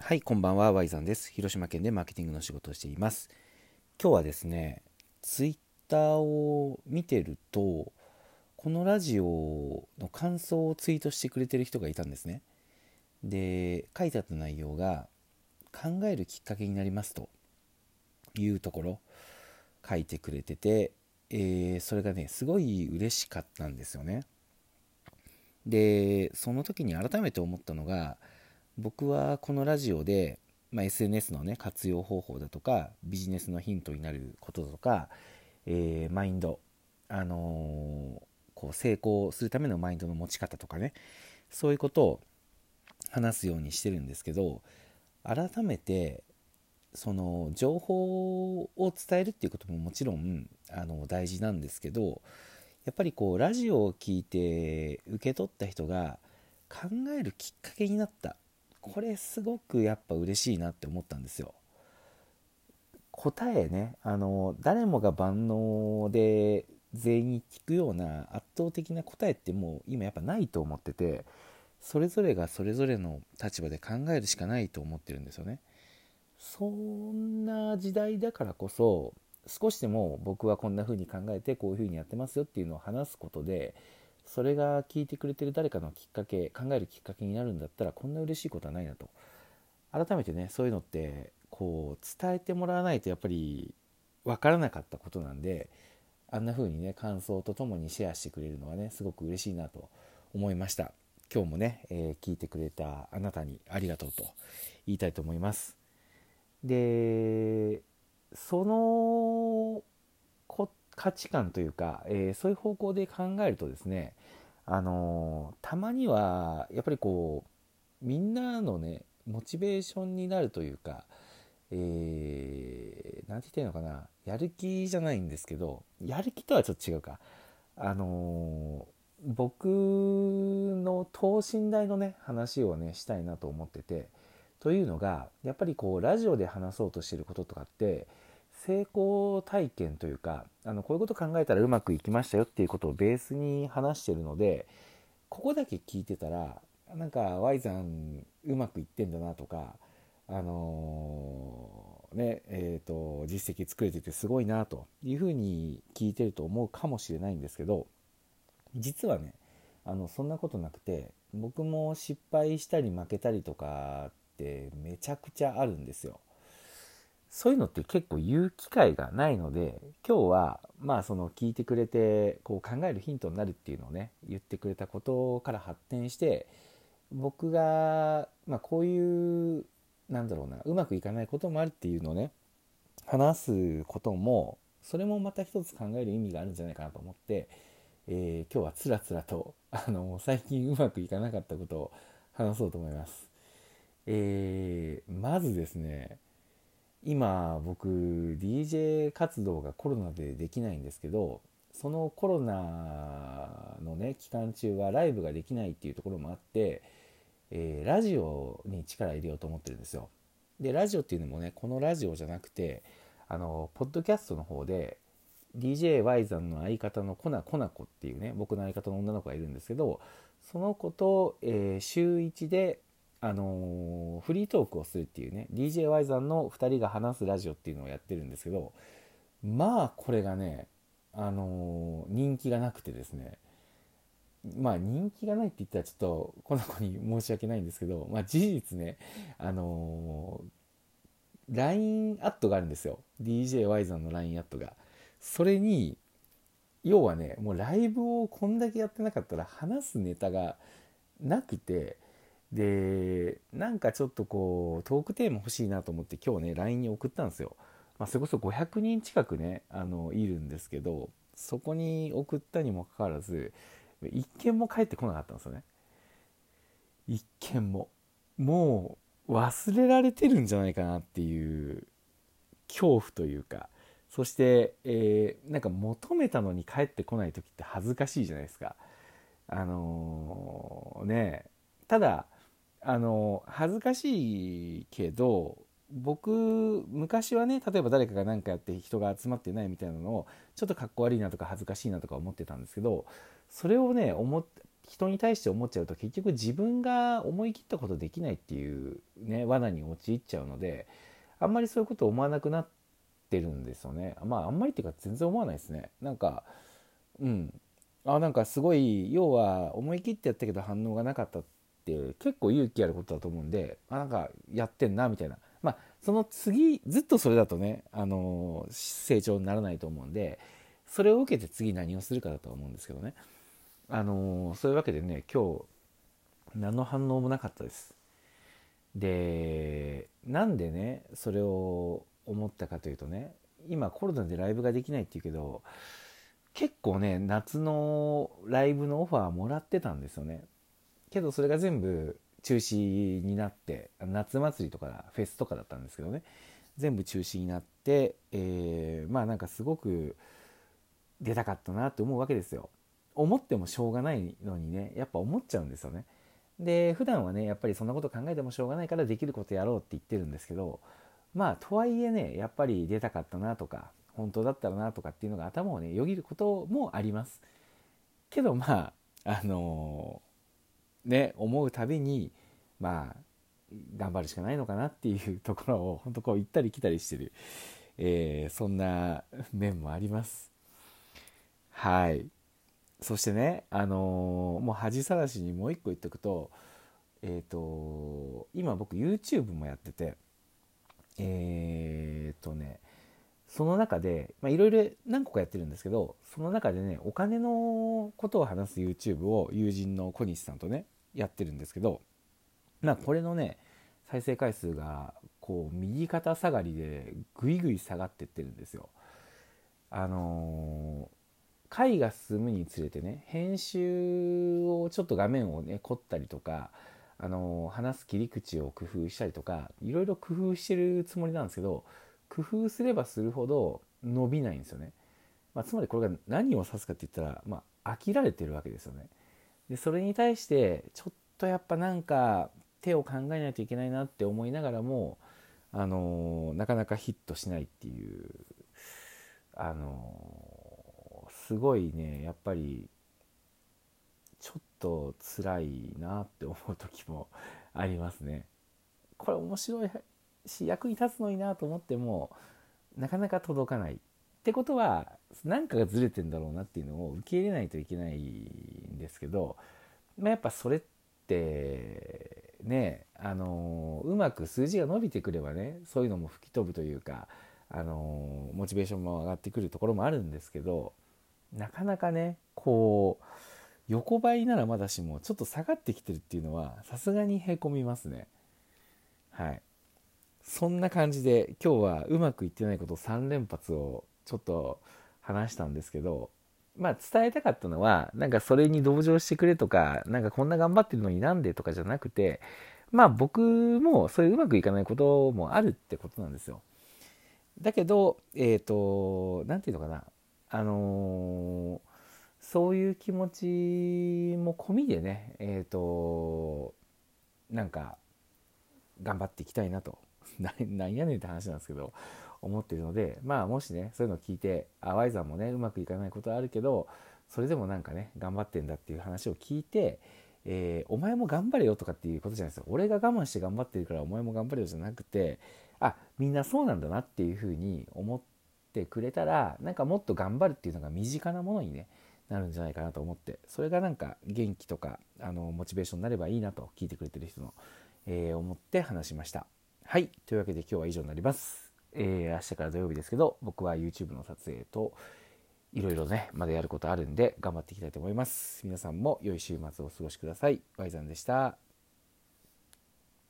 はい、こんばんは、ワイザンです。広島県でマーケティングの仕事をしています。今日はですね、ツイッターを見てると、このラジオの感想をツイートしてくれてる人がいたんですね。で、書いてあった内容が、考えるきっかけになりますというところ、書いてくれてて、それがね、すごい嬉しかったんですよね。で、その時に改めて思ったのが、僕はこのラジオで、SNS のね活用方法だとかビジネスのヒントになることとか、マインド、こう成功するためのマインドの持ち方とかね、そういうことを話すようにしてるんですけど、改めてその情報を伝えるっていうことももちろん大事なんですけど、やっぱりこうラジオを聞いて受け取った人が考えるきっかけになった、これすごくやっぱ嬉しいなって思ったんですよ。答えね、誰もが万能で全員に聞くような圧倒的な答えってもう今やっぱないと思ってて、それぞれがそれぞれの立場で考えるしかないと思ってるんですよね。そんな時代だからこそ、少しでも僕はこんな風に考えてこういう風にやってますよっていうのを話すことで、それが聞いてくれてる誰かのきっかけ、考えるきっかけになるんだったら、こんな嬉しいことはないなと、改めてね、そういうのってこう伝えてもらわないとやっぱり分からなかったことなんで、あんな風にね感想とともにシェアしてくれるのはね、すごく嬉しいなと思いました。今日もね、聞いてくれたあなたにありがとうと言いたいと思います。で、その価値観というか、そういう方向で考えるとですね、たまにはやっぱりこうみんなのねモチベーションになるというか、なんて言ったらいいのかな、やる気じゃないんですけど、やる気とはちょっと違うか、僕の等身大のね話をねしたいなと思ってて、というのがやっぱりこうラジオで話そうとしてることとかって成功体験というか、こういうこと考えたらうまくいきましたよっていうことをベースに話してるので、ここだけ聞いてたらなんか Y さんうまくいってんだなとか、実績作れててすごいなというふうに聞いてると思うかもしれないんですけど、実はね、そんなことなくて、僕も失敗したり負けたりとかってめちゃくちゃあるんですよ。そういうのって結構言う機会がないので、今日はその聞いてくれてこう考えるヒントになるっていうのをね言ってくれたことから発展して、僕がこういうなんだろうな、うまくいかないこともあるっていうのをね話すことも、それもまた一つ考える意味があるんじゃないかなと思って、今日はつらつらと最近うまくいかなかったことを話そうと思います。まずですね、今僕 DJ 活動がコロナでできないんですけど、そのコロナのね期間中はライブができないっていうところもあって、ラジオに力入れようと思ってるんですよ。でラジオっていうのもね、このラジオじゃなくてポッドキャストの方で DJY さんの相方のコナコっていうね、僕の相方の女の子がいるんですけど、その子と、週1でフリートークをするっていうね、 DJY さんの2人が話すラジオっていうのをやってるんですけど、これがね、人気がなくてですね、人気がないって言ったらちょっとこの子に申し訳ないんですけど、事実ね、あの LINE アットがあるんですよ、 DJY さんの LINE アットが。それに要はね、もうライブをこんだけやってなかったら話すネタがなくて、でなんかちょっとこうトークテーマ欲しいなと思って今日ね LINE に送ったんですよ。それこそ500人近くねいるんですけど、そこに送ったにもかかわらず一件も返ってこなかったんですよね。一件も。もう忘れられてるんじゃないかなっていう恐怖というか、そして、なんか求めたのに帰ってこない時って恥ずかしいじゃないですか。ね、ただ恥ずかしいけど、僕昔はね、例えば誰かが何かやって人が集まってないみたいなのをちょっとかっこ悪いなとか恥ずかしいなとか思ってたんですけど、それをね人に対して思っちゃうと結局自分が思い切ったことできないっていうね罠に陥っちゃうので、あんまりそういうことを思わなくなってるんですよね。まああんまりっていうか全然思わないですね。なんかなんかすごい要は思い切ってやったけど反応がなかったって結構勇気あることだと思うんで、なんかやってんなみたいな、その次ずっとそれだとね、成長にならないと思うんで、それを受けて次何をするかだと思うんですけどね。そういうわけでね、今日何の反応もなかったです。で、なんでねそれを思ったかというとね、今コロナでライブができないっていうけど、結構ね夏のライブのオファーもらってたんですよね。けどそれが全部中止になって、夏祭りとかフェスとかだったんですけどね、全部中止になって、なんかすごく出たかったなって思うわけですよ。思ってもしょうがないのにね、やっぱ思っちゃうんですよね。で普段はねやっぱりそんなこと考えてもしょうがないからできることやろうって言ってるんですけど、とはいえねやっぱり出たかったなとか本当だったらなとかっていうのが頭をねよぎることもありますけど、思うたびに頑張るしかないのかなっていうところを本当こう行ったり来たりしてる、そんな面もあります。はい。そしてね、もう恥さらしにもう一個言っておくと、今僕 YouTube もやってて、その中でいろいろ何個かやってるんですけど、その中でねお金のことを話す YouTube を友人の小西さんとねやってるんですけど、これのね再生回数がこう右肩下がりでぐいぐい下がってってるんですよ。回が進むにつれてね編集をちょっと画面をね凝ったりとか、話す切り口を工夫したりとかいろいろ工夫してるつもりなんですけど、工夫すればするほど伸びないんですよね。つまりこれが何を指すかって言ったら、飽きられてるわけですよね。でそれに対してちょっとやっぱなんか手を考えないといけないなって思いながらも、なかなかヒットしないっていう、すごいねやっぱりちょっと辛いなって思う時もありますね。これ面白いし役に立つのになと思ってもなかなか届かないってことは何かがずれてんだろうなっていうのを受け入れないといけないんですけど、やっぱそれってねうまく数字が伸びてくればねそういうのも吹き飛ぶというか、モチベーションも上がってくるところもあるんですけど、なかなかねこう横ばいならまだしもちょっと下がってきてるっていうのはさすがにへこみますね。はい。そんな感じで今日はうまくいってないこと3連発をちょっと話したんですけど、伝えたかったのはなんかそれに同情してくれとか、なんかこんな頑張ってるのになんでとかじゃなくて、僕もそういううまくいかないこともあるってことなんですよ。だけどなんていうのかな、あのーそういう気持ちも込みでねなんか頑張っていきたいなとなんやねんって話なんですけど思ってるので、もしねそういうのを聞いてYさんもねうまくいかないことはあるけどそれでもなんかね頑張ってんだっていう話を聞いて、お前も頑張れよとかっていうことじゃないですよ。俺が我慢して頑張ってるからお前も頑張れよじゃなくて、みんなそうなんだなっていうふうに思ってくれたら、なんかもっと頑張るっていうのが身近なものにねなるんじゃないかなと思って、それがなんか元気とかモチベーションになればいいなと聞いてくれてる人の、思って話しました。はい、というわけで今日は以上になります。明日から土曜日ですけど僕は YouTube の撮影といろいろねまだやることあるんで頑張っていきたいと思います。皆さんも良い週末をお過ごしください。Yさんでした。